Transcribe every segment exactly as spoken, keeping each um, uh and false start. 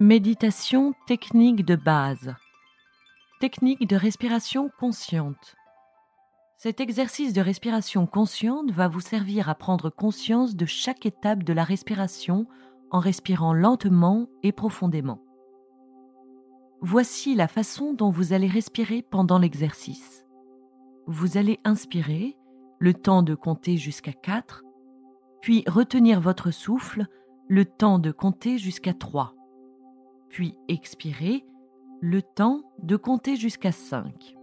Méditation technique de base. Technique de respiration consciente. Cet exercice de respiration consciente va vous servir à prendre conscience de chaque étape de la respiration en respirant lentement et profondément. Voici la façon dont vous allez respirer pendant l'exercice. Vous allez inspirer, le temps de compter jusqu'à quatre, puis retenir votre souffle, le temps de compter jusqu'à trois, puis expirer, le temps de compter jusqu'à cinq.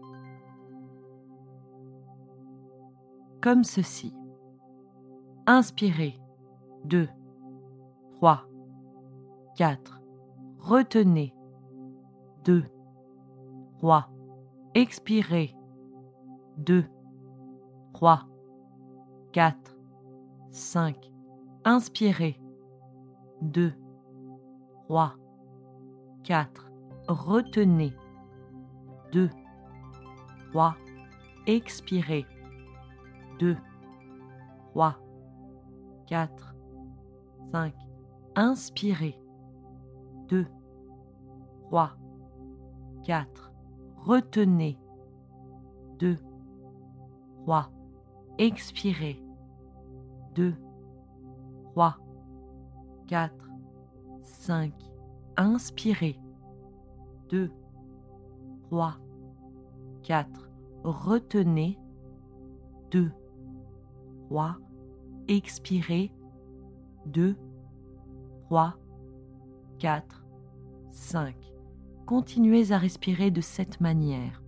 Comme ceci. Inspirez, deux, trois, quatre. Retenez, deux, trois. Expirez, deux, trois, quatre, cinq. Inspirez, deux, trois, quatre. Retenez, deux, trois. Expirez, deux, trois, quatre, cinq. Inspirez, deux, trois, quatre. Retenez, deux, trois. Expirez, deux, trois, quatre, cinq. Inspirez, deux, trois, quatre. Retenez, deux, trois. Expirez, deux, trois, quatre, cinq. Continuez à respirer de cette manière.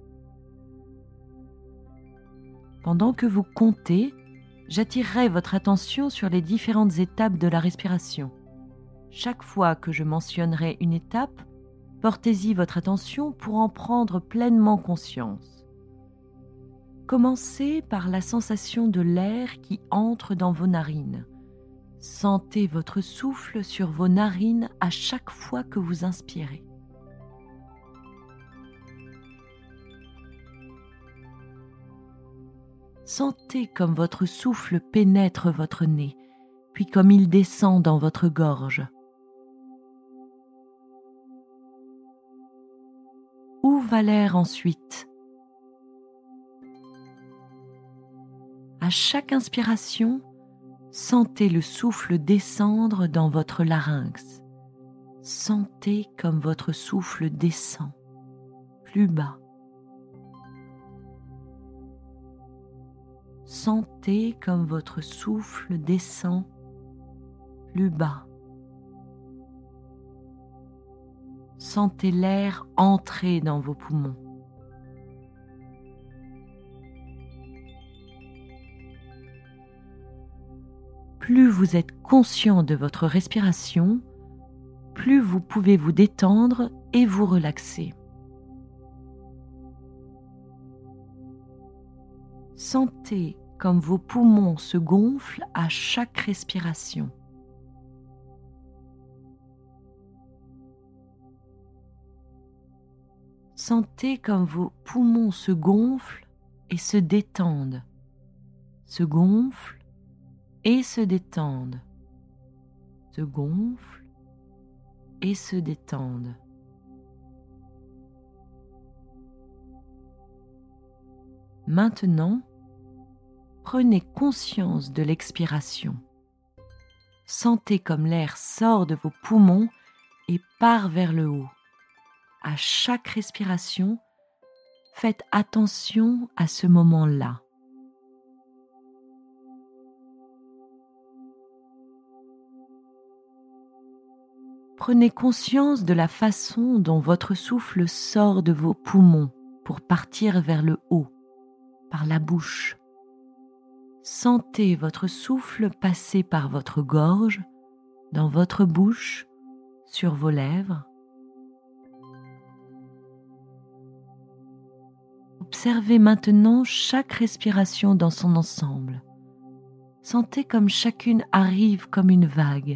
Pendant que vous comptez, j'attirerai votre attention sur les différentes étapes de la respiration. Chaque fois que je mentionnerai une étape, portez-y votre attention pour en prendre pleinement conscience. Commencez par la sensation de l'air qui entre dans vos narines. Sentez votre souffle sur vos narines à chaque fois que vous inspirez. Sentez comme votre souffle pénètre votre nez, puis comme il descend dans votre gorge. Où va l'air ensuite? À chaque inspiration, sentez le souffle descendre dans votre larynx. Sentez comme votre souffle descend plus bas. Sentez comme votre souffle descend plus bas. Sentez l'air entrer dans vos poumons. Plus vous êtes conscient de votre respiration, plus vous pouvez vous détendre et vous relaxer. Sentez comme vos poumons se gonflent à chaque respiration. Sentez comme vos poumons se gonflent et se détendent, se gonflent et se détendent, se gonflent et se détendent. Maintenant, prenez conscience de l'expiration. Sentez comme l'air sort de vos poumons et part vers le haut. À chaque respiration, faites attention à ce moment-là. Prenez conscience de la façon dont votre souffle sort de vos poumons pour partir vers le haut, par la bouche. Sentez votre souffle passer par votre gorge, dans votre bouche, sur vos lèvres. Observez maintenant chaque respiration dans son ensemble. Sentez comme chacune arrive comme une vague.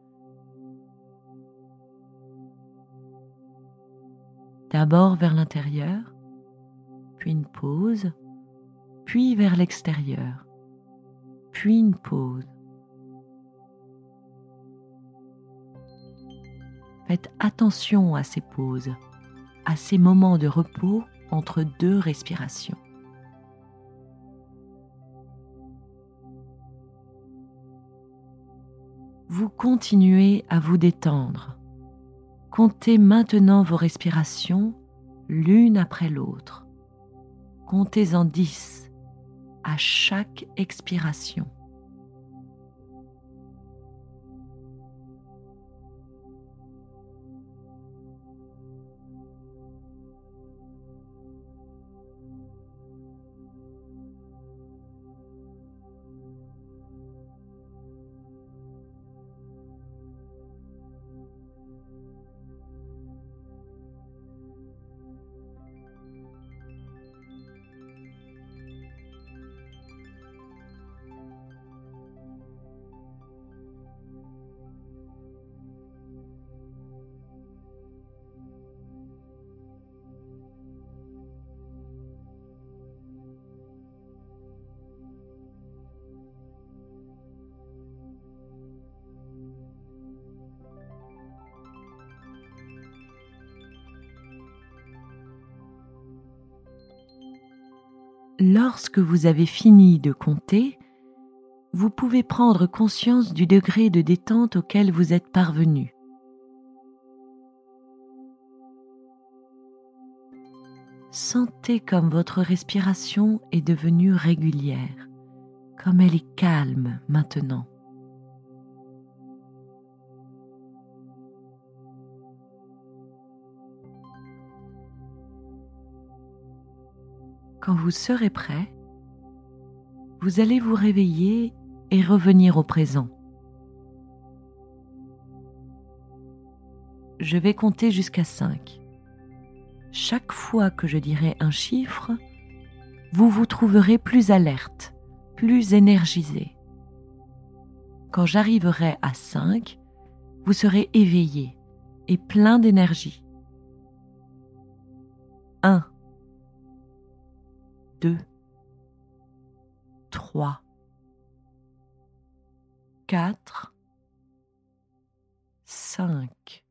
D'abord vers l'intérieur, puis une pause, puis vers l'extérieur, puis une pause. Faites attention à ces pauses, à ces moments de repos entre deux respirations. Vous continuez à vous détendre. Comptez maintenant vos respirations l'une après l'autre. Comptez-en dix à chaque expiration. Lorsque vous avez fini de compter, vous pouvez prendre conscience du degré de détente auquel vous êtes parvenu. Sentez comme votre respiration est devenue régulière, comme elle est calme maintenant. Quand vous serez prêt, vous allez vous réveiller et revenir au présent. Je vais compter jusqu'à cinq. Chaque fois que je dirai un chiffre, vous vous trouverez plus alerte, plus énergisé. Quand j'arriverai à cinq, vous serez éveillé et plein d'énergie. un, deux, trois, quatre, cinq.